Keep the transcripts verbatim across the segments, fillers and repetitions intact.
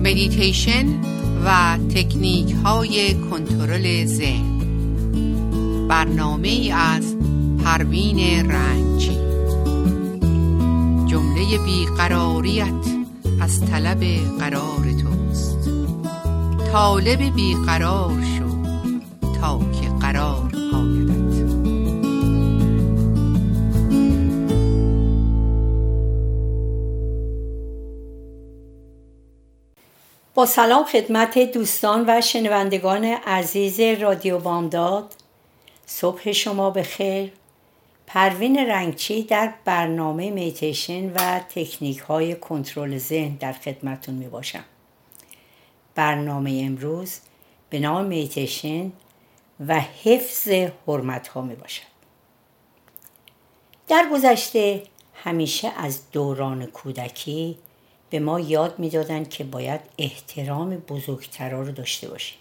مدیتیشن و تکنیک های کنترل ذهن. برنامه ای از پروین رنجی. جمله بیقراریت از طلب قرار توست. طالب بیقرار شو تا که قرار آیدت. با سلام خدمت دوستان و شنوندگان عزیز رادیو بامداد. صبح شما بخیر. پروین رنگچی در برنامه مدیتیشن و تکنیک های کنترل ذهن در خدمتون می باشم. برنامه امروز به نام مدیتیشن و حفظ حرمت ها می باشد. در گذشته همیشه از دوران کودکی به ما یاد می دادن که باید احترام بزرگترها رو داشته باشیم.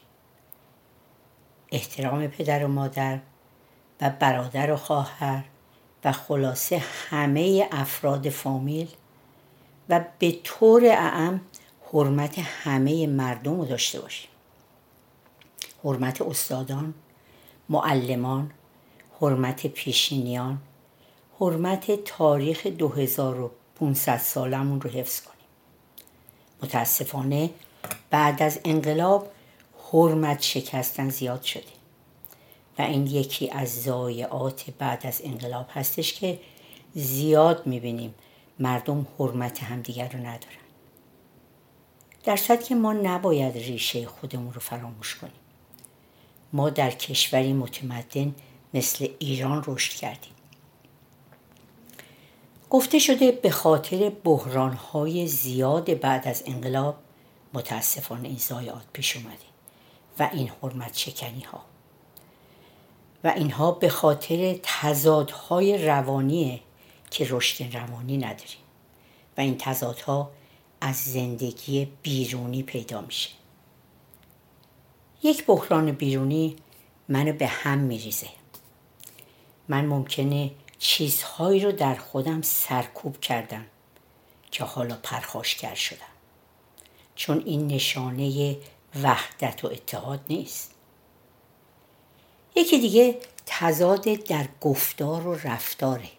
احترام پدر و مادر و برادر و خواهر و خلاصه همه افراد فامیل و به طور اعم حرمت همه مردم رو داشته باشیم. حرمت استادان، معلمان، حرمت پیشینیان، حرمت تاریخ دو هزار و پانصد سالمون رو حفظ کنیم. متاسفانه بعد از انقلاب حرمت شکستن زیاد شده و این یکی از ضایعات بعد از انقلاب هستش که زیاد میبینیم مردم حرمت همدیگر رو ندارن. در صورتی که ما نباید ریشه خودمون رو فراموش کنیم. ما در کشوری متمدن مثل ایران رشد کردیم. گفته شده به خاطر بحران‌های زیاد بعد از انقلاب متاسفانه این ضایعات پیش اومده و این حرمت شکنی ها و اینها به خاطر تضادهای روانیه که رشد روانی نداریم و این تضادها از زندگی بیرونی پیدا میشه. یک بحران بیرونی منو به هم میریزه. من ممکنه چیزهایی رو در خودم سرکوب کردم که حالا پرخاشگر شدم، چون این نشانه وحدت و اتحاد نیست. یکی دیگه تضاد در گفتار و رفتاره.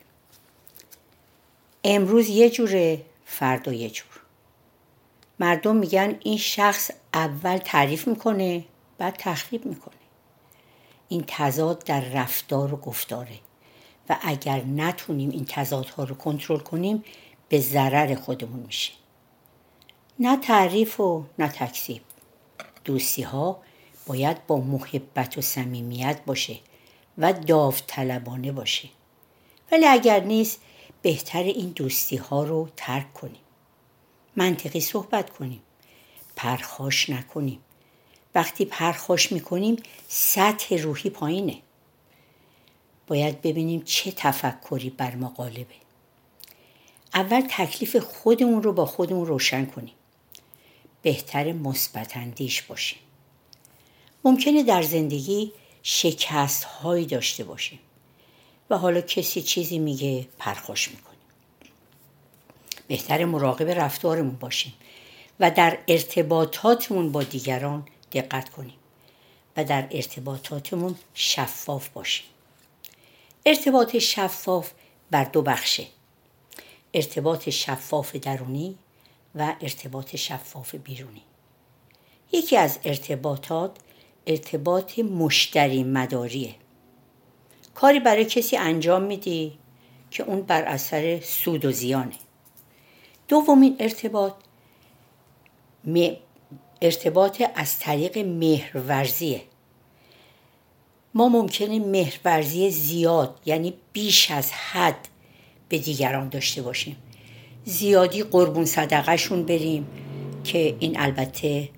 امروز یه جوره، فردا یه جور. مردم میگن این شخص اول تعریف میکنه بعد تخریب میکنه. این تضاد در رفتار و گفتاره و اگر نتونیم این تضادها رو کنترل کنیم به ضرر خودمون میشه. نه تعریف و نه تکذیب. دوستی ها باید با محبت و صمیمیت باشه و داوطلبانه باشه. ولی اگر نیست بهتر این دوستی ها رو ترک کنیم. منطقی صحبت کنیم. پرخاش نکنیم. وقتی پرخاش میکنیم سطح روحی پایینه. باید ببینیم چه تفکری بر ما غالبه. اول تکلیف خودمون رو با خودمون روشن کنیم. بهتر مثبت اندیش باشیم. ممکنه در زندگی شکست هایی داشته باشیم و حالا کسی چیزی میگه پرخاش میکنیم. بهتر مراقب رفتارمون باشیم و در ارتباطاتمون با دیگران دقت کنیم و در ارتباطاتمون شفاف باشیم. ارتباط شفاف بر دو بخشه. ارتباط شفاف درونی و ارتباط شفاف بیرونی. یکی از ارتباطات ارتباط مشتری مداریه. کاری برای کسی انجام میدی که اون بر اثر سود و زیانه. دومین ارتباط م... ارتباط از طریق مهرورزیه. ما ممکنه مهرورزی زیاد یعنی بیش از حد به دیگران داشته باشیم. زیادی قربون صدقه شون بریم که این البته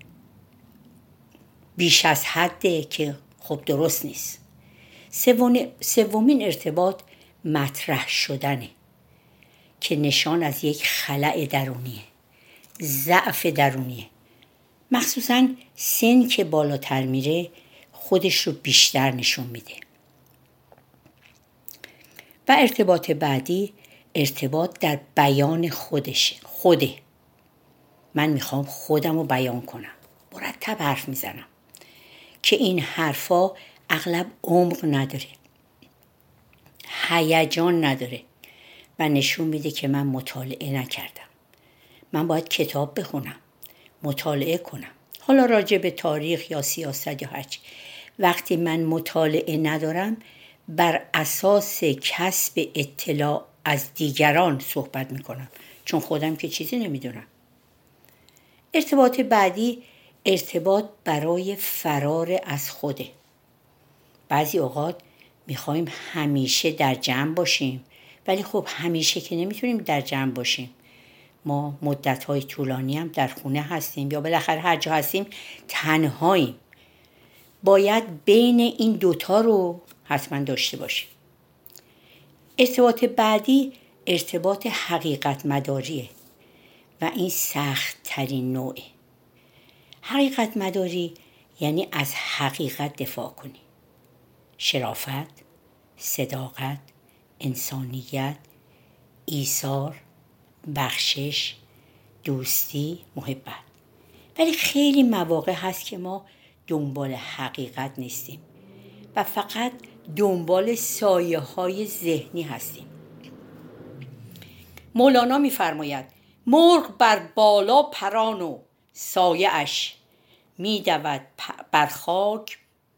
بیش از حده که خب درست نیست. سومین ارتباط مطرح شدنه که نشان از یک خلأ درونیه، ضعف درونیه. مخصوصاً سن که بالاتر میره خودش رو بیشتر نشون میده. و ارتباط بعدی ارتباط در بیان خودشه خوده من میخوام خودم رو بیان کنم، مرتب حرف میزنم که این حرفا اغلب عمق نداره، هیجان نداره و نشون میده که من مطالعه نکردم. من باید کتاب بخونم، مطالعه کنم، حالا راجع به تاریخ یا سیاست یا هرچی. وقتی من مطالعه ندارم، بر اساس کسب اطلاع از دیگران صحبت میکنم، چون خودم که چیزی نمیدونم. ارتباط بعدی ارتباط برای فرار از خوده. بعضی اوقات میخوایم همیشه در جمع باشیم، ولی خب همیشه که نمیتونیم در جمع باشیم. ما مدت‌های طولانی هم در خونه هستیم یا بالاخره هر جا هستیم تنهاییم. باید بین این دوتا رو حتما داشته باشیم. ارتباط بعدی ارتباط حقیقت مداریه و این سخت ترین نوعه. حقیقت مداری یعنی از حقیقت دفاع کنی. شرافت، صداقت، انسانیت، ایثار، بخشش، دوستی، محبت. ولی خیلی مواقع هست که ما دنبال حقیقت نیستیم و فقط دنبال سایه های ذهنی هستیم. مولانا می‌فرماید مرغ بر بالا پران و سایه اش، می دود بر خاک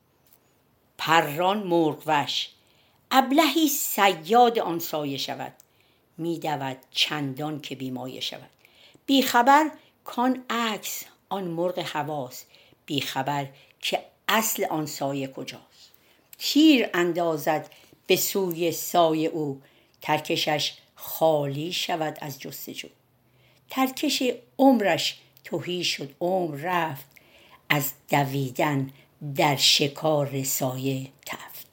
پران مرغ وش. ابلهی صیاد آن سایه شود، می دود چندان که بیمایه شود. بی خبر کان عکس آن مرغ هواست، بی خبر که اصل آن سایه کجاست. تیر اندازد به سوی سایه او، ترکشش خالی شود از جستجو. ترکش عمرش تهی شد، عمر رفت، از دویدن در شکار سایه تفت.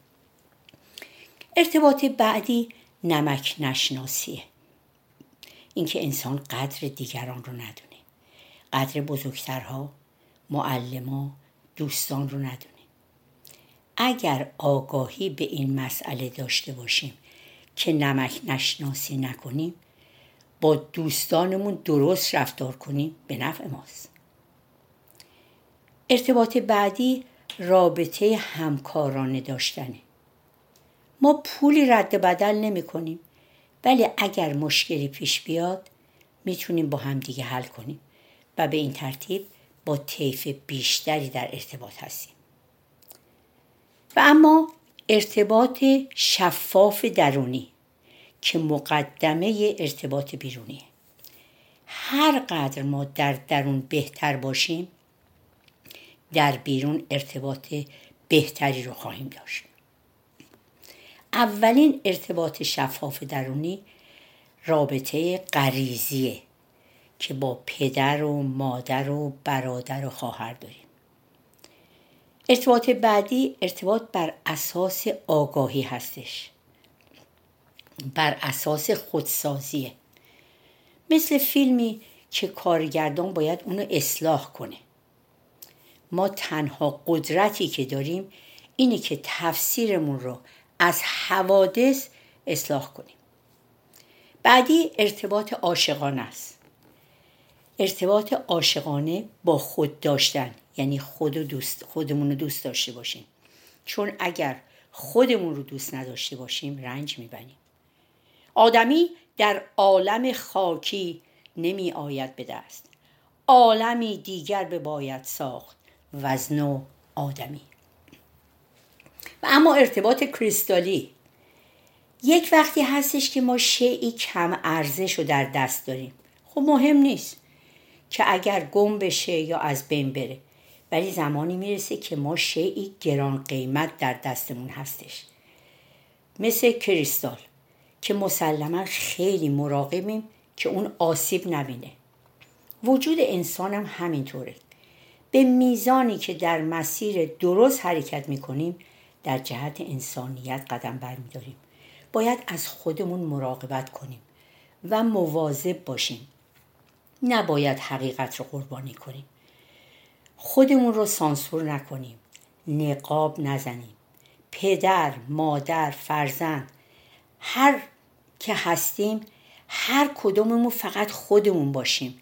ارتباط بعدی نمک نشناسیه. اینکه انسان قدر دیگران رو ندونه، قدر بزرگترها، معلما، دوستان رو ندونه. اگر آگاهی به این مسئله داشته باشیم که نمک نشناسی نکنیم، با دوستانمون درست رفتار کنیم، به نفع ماست. ارتباط بعدی رابطه همکارانه داشتنه. ما پولی رد بدل نمی کنیم، ولی اگر مشکلی پیش بیاد میتونیم با هم دیگه حل کنیم و به این ترتیب با طیف بیشتری در ارتباط هستیم. و اما ارتباط شفاف درونی که مقدمه ارتباط بیرونیه. هر قدر ما در درون بهتر باشیم، در بیرون ارتباط بهتری رو خواهیم داشت. اولین ارتباط شفاف درونی رابطه غریزیه که با پدر و مادر و برادر و خواهر داریم. ارتباط بعدی ارتباط بر اساس آگاهی هستش، بر اساس خودسازیه. مثل فیلمی که کارگردان باید اونو اصلاح کنه. ما تنها قدرتی که داریم اینه که تفسیرمون رو از حوادث اصلاح کنیم. بعدی ارتباط عاشقانه است. ارتباط عاشقانه با خود داشتن، یعنی خود و دوست خودمون رو دوست داشته باشیم، چون اگر خودمون رو دوست نداشته باشیم رنج میبریم. آدمی در عالم خاکی نمی آید به دست، عالمی دیگر بباید ساخت وز نو آدمی. و اما ارتباط کریستالی یک وقتی هستش که ما شیئی کم ارزش رو در دست داریم. خب مهم نیست که اگر گم بشه یا از بین بره، ولی زمانی میرسه که ما شیئی گران قیمت در دستمون هستش، مثل کریستال که مسلما خیلی مراقبیم که اون آسیب نبینه. وجود انسان هم همینطوره. به میزانی که در مسیر درست حرکت میکنیم در جهت انسانیت قدم برمیداریم. باید از خودمون مراقبت کنیم و مواظب باشیم. نباید حقیقت رو قربانی کنیم. خودمون رو سانسور نکنیم. نقاب نزنیم. پدر، مادر، فرزند، هر که هستیم هر کدوممون فقط خودمون باشیم.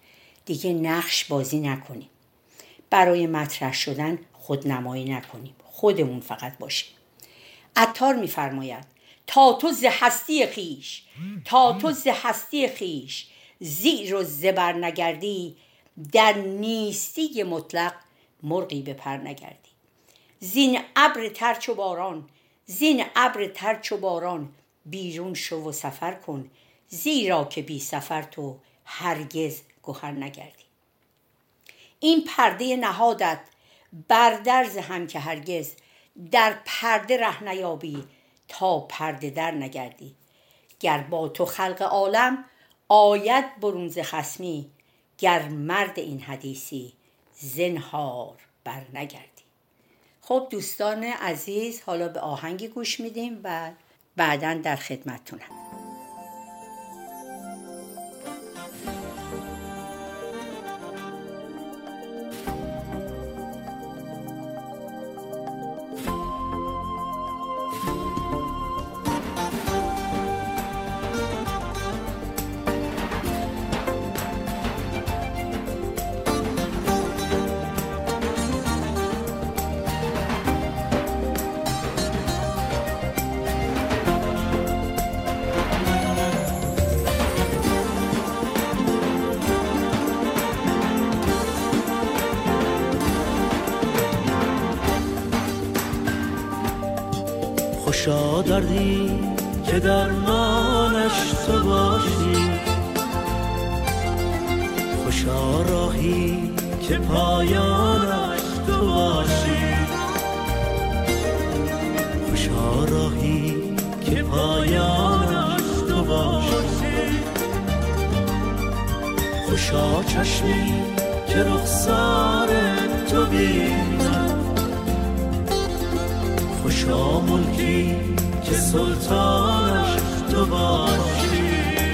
دیگه نقش بازی نکنیم. برای مطرح شدن خودنمایی نکنیم. خودمون فقط باشیم. عطار می‌فرماید تا تو ز هستی خویش تا تو ز هستی خویش زیر و زبر نگردی، در نیستی مطلق مرغی به پر نگردی. زین ابر تر چو باران زین ابر تر چو باران بیرون شو و سفر کن، زیرا که بی سفر تو هرگز گهر نگردی. این پرده نهادت بردرز هم که هرگز، در پرده ره نیابی تا پرده در نگردی. گر با تو خلق عالم آید برون ز خصمی، گر مرد این حدیثی زنهار بر نگردی. خب دوستان عزیز، حالا به آهنگی گوش میدیم و بعداً در خدمتتونم. خوشا دردی که درمانش تو باشی، خوشا راهی که پایانش تو باشی، خوشا راهی که پایانش تو باشی، خوشا چشمی که رخسار تو بینم، خوشا ملکی که سلطانش تو باشی،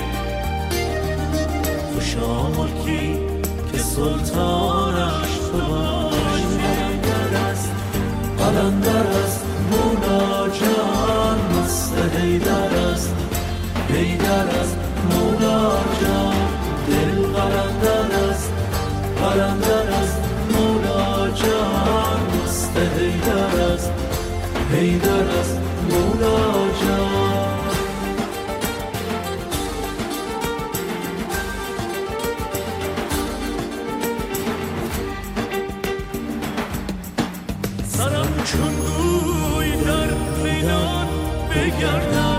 خوشا ملکی که سلطانش تو باشی. قلندر است قلندر است مولا جان، مست حیدر است حیدر است مولا جان، دل قلندر است قلندر است مولا جان، مست حیدر است حیدر است مولا جان. سرم چون گوی در میدان بگردد،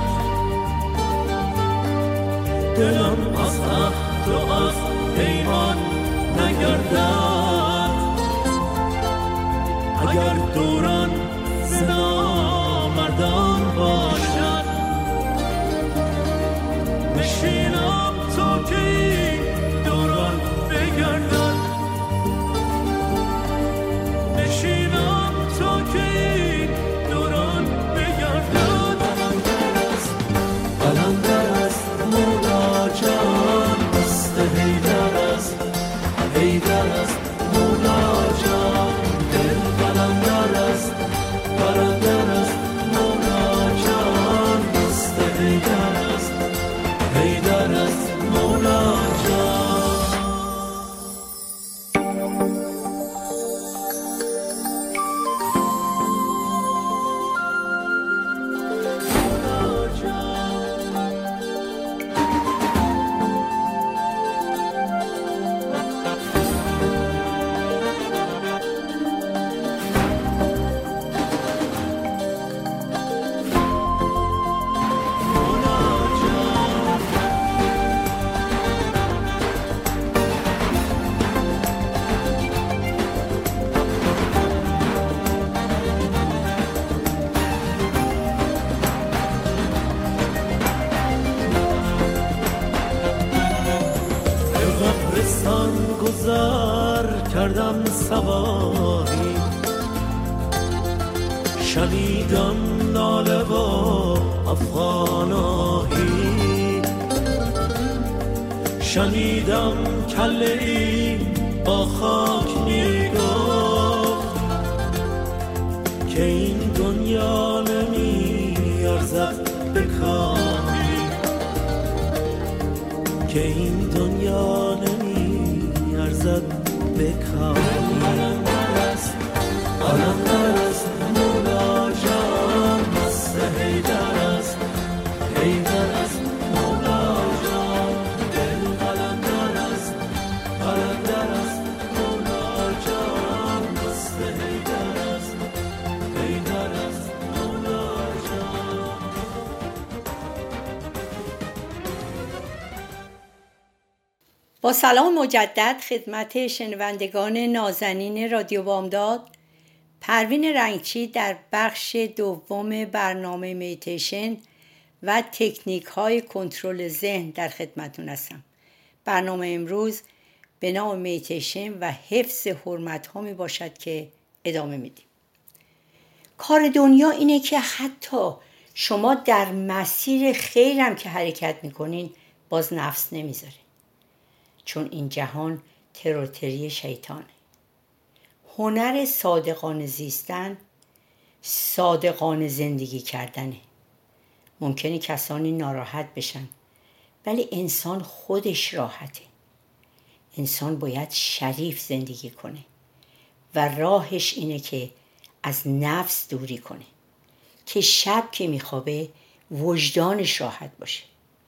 دلم از عهد و از پیمان نگردد، اگر دوران زنا مردان باشد، نشینم تا که دوران بگردد، نشینم تا که دوران بگردد. قلندر است قلندر است مولا جان، مست حیدر است حیدر است مولا جان، دل قلندر است قلندر است مولا جان، مست حیدر است حیدر است مولا جان. گذر کردم سواری، شنیدم ناله و افغان آهی، شنیدم کله ای با خاک میگفت که این دنیا نمی ارزد به کاری، که این دنیا نمی بکار. قلندر است قلندر است مولا جان، مست حیدر است حیدر است مولا جان. دل قلندر است قلندر است مولا جان، مست حیدر است حیدر است مولا جان. با سلام مجدد خدمت شنوندگان نازنین رادیو بامداد، پروین رنگچی در بخش دوم برنامه میتیشن و تکنیک های کنترل ذهن در خدمتون هستم. برنامه امروز به نام میتیشن و حفظ حرمت ها می باشد که ادامه میدیم. کار دنیا اینه که حتی شما در مسیر خیرم که حرکت میکنین باز نفس نمیذاره، چون این جهان تروتری شیطانه. هنر صادقانه زیستن صادقانه زندگی کردنه. ممکنه کسانی ناراحت بشن، ولی انسان خودش راحته. انسان باید شریف زندگی کنه و راهش اینه که از نفس دوری کنه که شب که میخوابه وجدانش راحت باشه.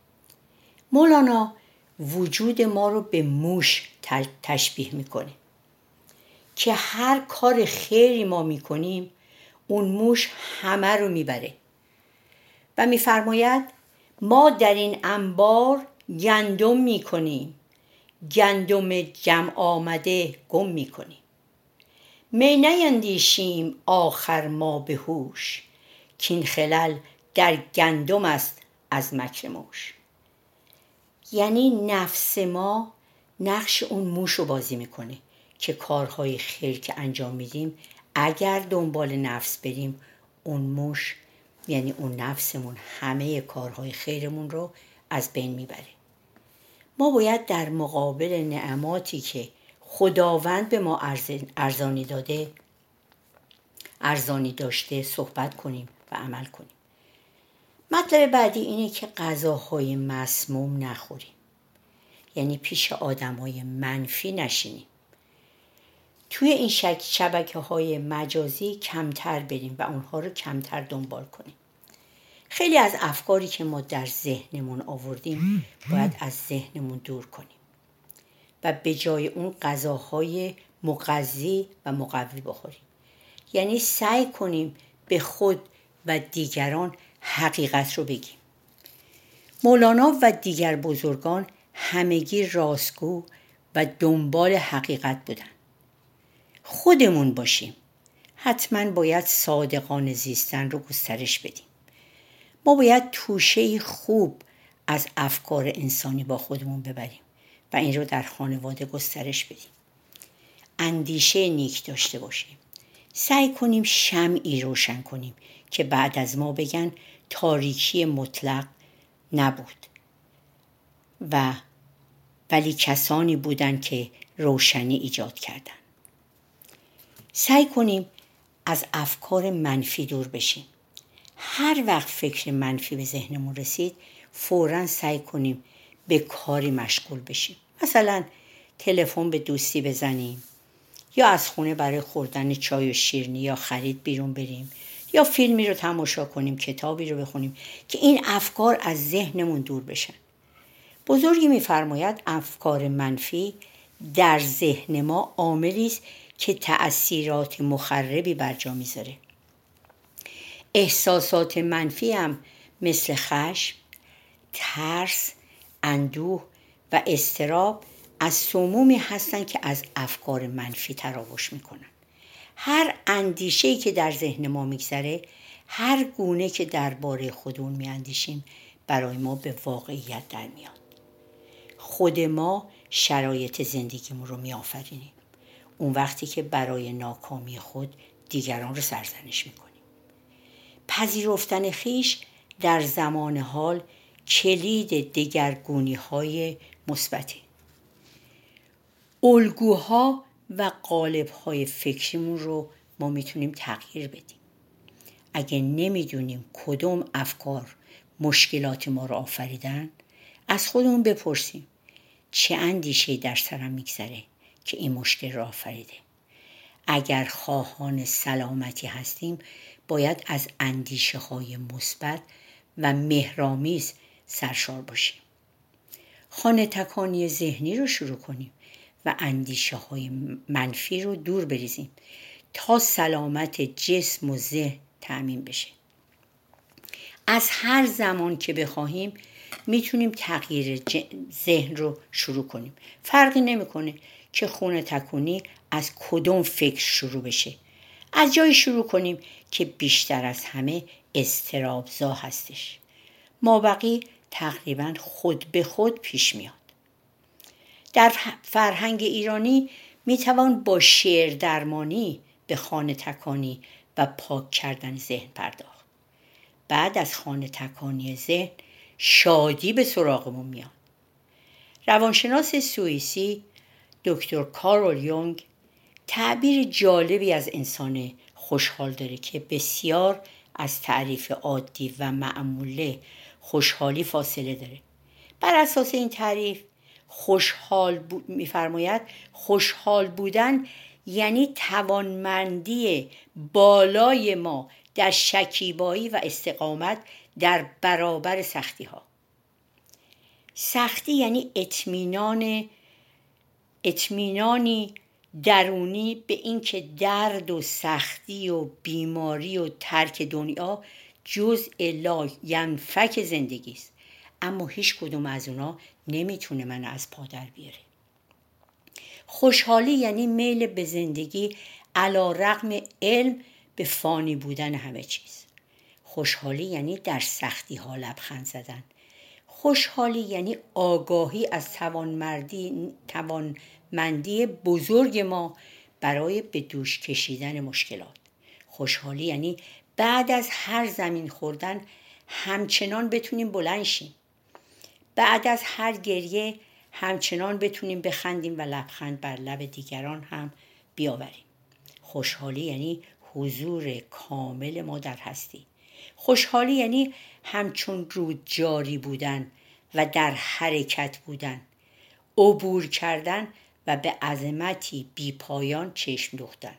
مولانا وجود ما رو به موش تشبیه میکنه که هر کار خیری ما میکنیم اون موش همه رو میبره و میفرماید ما در این انبار گندم میکنیم، گندم جمع آمده گم میکنیم. می نیندیشیم آخر ما به هوش، کین خلل در گندم است از مکر موش. یعنی نفس ما نقش اون موش رو بازی میکنه که کارهای خیر که انجام میدیم اگر دنبال نفس بریم، اون موش یعنی اون نفسمون همه کارهای خیرمون رو از بین میبره. ما باید در مقابل نعماتی که خداوند به ما ارزانی داده ارزانی داشته صحبت کنیم و عمل کنیم. مطلب بعدی اینه که غذاهای مسموم نخوریم، یعنی پیش آدمای منفی نشینیم. توی این شبکه های مجازی کمتر بریم و اونها رو کمتر دنبال کنیم. خیلی از افکاری که ما در ذهنمون آوردیم باید از ذهنمون دور کنیم و به جای اون غذاهای مغذی و مقوی بخوریم. یعنی سعی کنیم به خود و دیگران حقیقت رو بگیم. مولانا و دیگر بزرگان همگی راستگو و دنبال حقیقت بودن. خودمون باشیم. حتما باید صادقانه زیستن رو گسترش بدیم. ما باید توشه خوب از افکار انسانی با خودمون ببریم و این رو در خانواده گسترش بدیم. اندیشه نیک داشته باشیم. سعی کنیم شمعی روشن کنیم که بعد از ما بگن تاریکی مطلق نبود و ولی کسانی بودن که روشنی ایجاد کردن. سعی کنیم از افکار منفی دور بشیم. هر وقت فکر منفی به ذهنمون رسید فوراً سعی کنیم به کاری مشغول بشیم. مثلا تلفن به دوستی بزنیم، یا از خونه برای خوردن چای و شیرینی یا خرید بیرون بریم، یا فیلمی رو تماشا کنیم، کتابی رو بخونیم که این افکار از ذهنمون دور بشن. بزرگی می‌فرماید افکار منفی در ذهن ما عاملی است که تأثیرات مخربی بر جا میذاره. احساسات منفی هم مثل خشم، ترس، اندوه و اضطراب از سمومی هستن که از افکار منفی تراوش میکنن. هر اندیشه‌ای که در ذهن ما میگذره، هر گونه که درباره خودمون میاندیشیم برای ما به واقعیت در میاد. خود ما شرایط زندگیمون رو میآفرینیم. اون وقتی که برای ناکامی خود دیگران رو سرزنش میکنیم. پذیرفتن خویش در زمان حال کلید دگرگونی‌های مثبته. الگوها و قالب‌های فکریمون رو ما میتونیم تغییر بدیم. اگه نمیدونیم کدوم افکار مشکلات ما رو آفریدن، از خودمون بپرسیم چه اندیشه‌ای در سرم میگذره که این مشکل را آفریده. اگر خواهان سلامتی هستیم باید از اندیشه های مثبت و مهرآمیز سرشار باشیم. خانه تکانی ذهنی رو شروع کنیم و اندیشه های منفی رو دور بریزیم تا سلامت جسم و ذهن تأمین بشه. از هر زمان که بخواهیم میتونیم تغییر ذهن رو شروع کنیم. فرقی نمیکنه که خانه تکانی از کدوم فکر شروع بشه. از جایی شروع کنیم که بیشتر از همه اضطرابزا هستش. مابقی تقریبا خود به خود پیش میاد. در فرهنگ ایرانی میتوان با شعر درمانی به خانه تکانی و پاک کردن ذهن پرداخت. بعد از خانه تکانی ذهن شادی به سراغمون میاد. روانشناس سوئیسی دکتر کارل یونگ تعبیر جالبی از انسان خوشحال داره که بسیار از تعریف عادی و معموله خوشحالی فاصله داره. بر اساس این تعریف خوشحال بود میفرماید خوشحال بودن یعنی توانمندی بالای ما در شکیبایی و استقامت در برابر سختی ها. سختی یعنی اطمینان اطمینانی درونی به این که درد و سختی و بیماری و ترک دنیا جزء لا ینفک زندگی است، اما هیچ کدوم از اونا نمیتونه من از پا در بیاره. خوشحالی یعنی میل به زندگی علی رغم علم به فانی بودن همه چیز. خوشحالی یعنی در سختی ها لبخند زدن. خوشحالی یعنی آگاهی از توانمندی توانمندی بزرگ ما برای به دوش کشیدن مشکلات. خوشحالی یعنی بعد از هر زمین خوردن همچنان بتونیم بلند شیم. بعد از هر گریه همچنان بتونیم بخندیم و لبخند بر لب دیگران هم بیاوریم. خوشحالی یعنی حضور کامل ما در هستی. خوشحالی یعنی همچون رود جاری بودن و در حرکت بودن، عبور کردن و به عظمتی بی پایان چشم دوختن.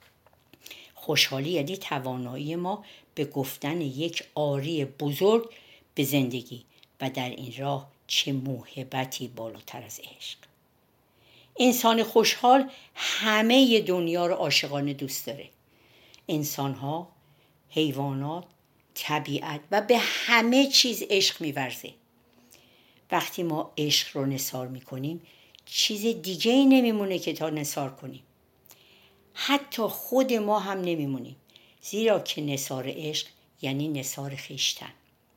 خوشحالی یعنی توانایی ما به گفتن یک آری بزرگ به زندگی و در این راه چه موهبتی بالاتر از عشق. انسان خوشحال همه دنیا رو عاشقانه دوست داره. انسان‌ها، حیوانات، طبیعت و به همه چیز عشق می‌ورزه. وقتی ما عشق رو نثار می‌کنیم چیز دیگه‌ای نمیمونه که تا نثار کنیم. حتی خود ما هم نمیمونیم، زیرا که نثار عشق یعنی نثار خویشتن.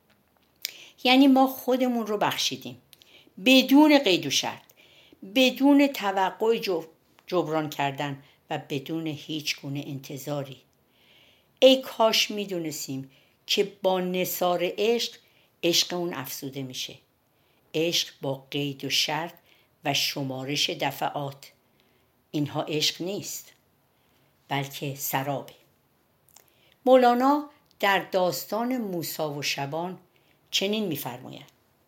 یعنی ما خودمون رو بخشیدیم بدون قید و شرط، بدون توقع جبران کردن و بدون هیچ گونه انتظاری. ای کاش میدونستیم که با نثار عشق عشق اون افزوده میشه. عشق با قید و شرط و شمارش دفعات، اینها عشق نیست بلکه سرابه. مولانا در داستان موسی و شبان چنین می‌فرماید: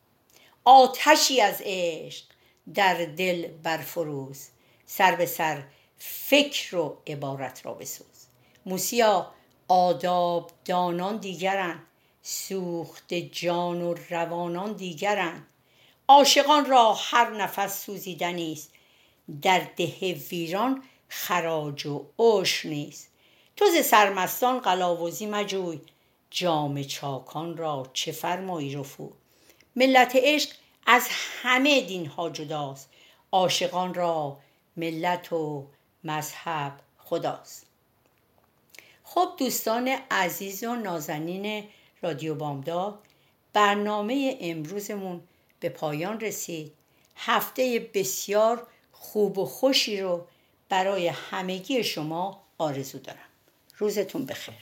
آتشی از عشق در دل برفروز، سر به سر فکر و عبارت را بسوز. موسیا آداب دانان دیگرند، سوخت جان و روانان دیگرند. عاشقان را هر نفس سوزیدنی است، در ده ویران خراج و عشر نیست. تو ز سرمستان قلاوزی مجوی، جام چاکان را چه فرمایی رفو. ملت عشق از همه دین ها جداست، عاشقان را ملت و مذهب خداست. خب دوستان عزیز و نازنین رادیو بامداد، برنامه امروزمون به پایان رسید. هفته بسیار خوب و خوشی رو برای همگی شما آرزو دارم. روزتون بخیر.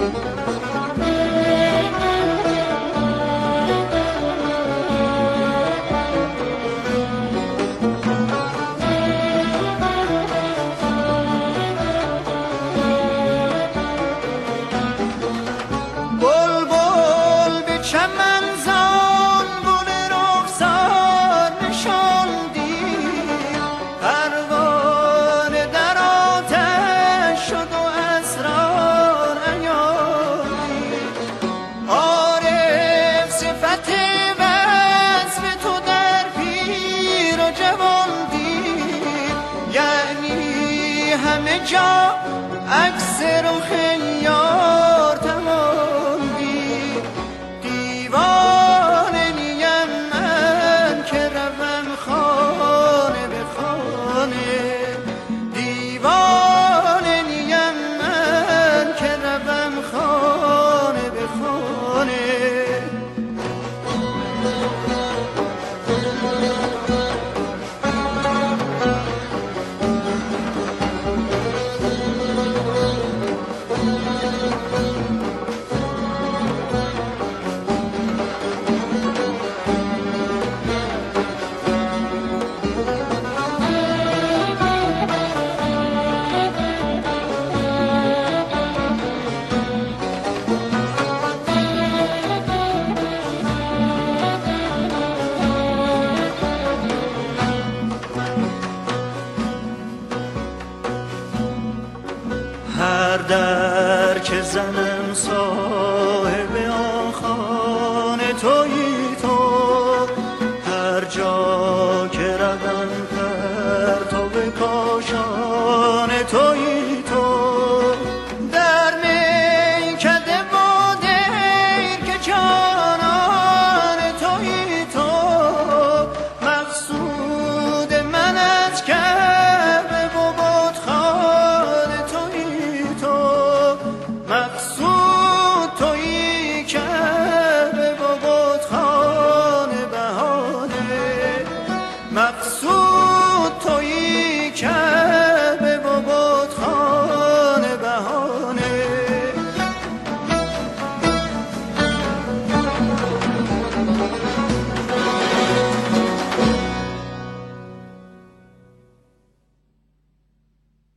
همه جا عکس رخ یار تمام دید. دیوانه نیم من که روم خانه به خانه، دیوانه نیم من که روم خانه به خانه. هر در که زنم سا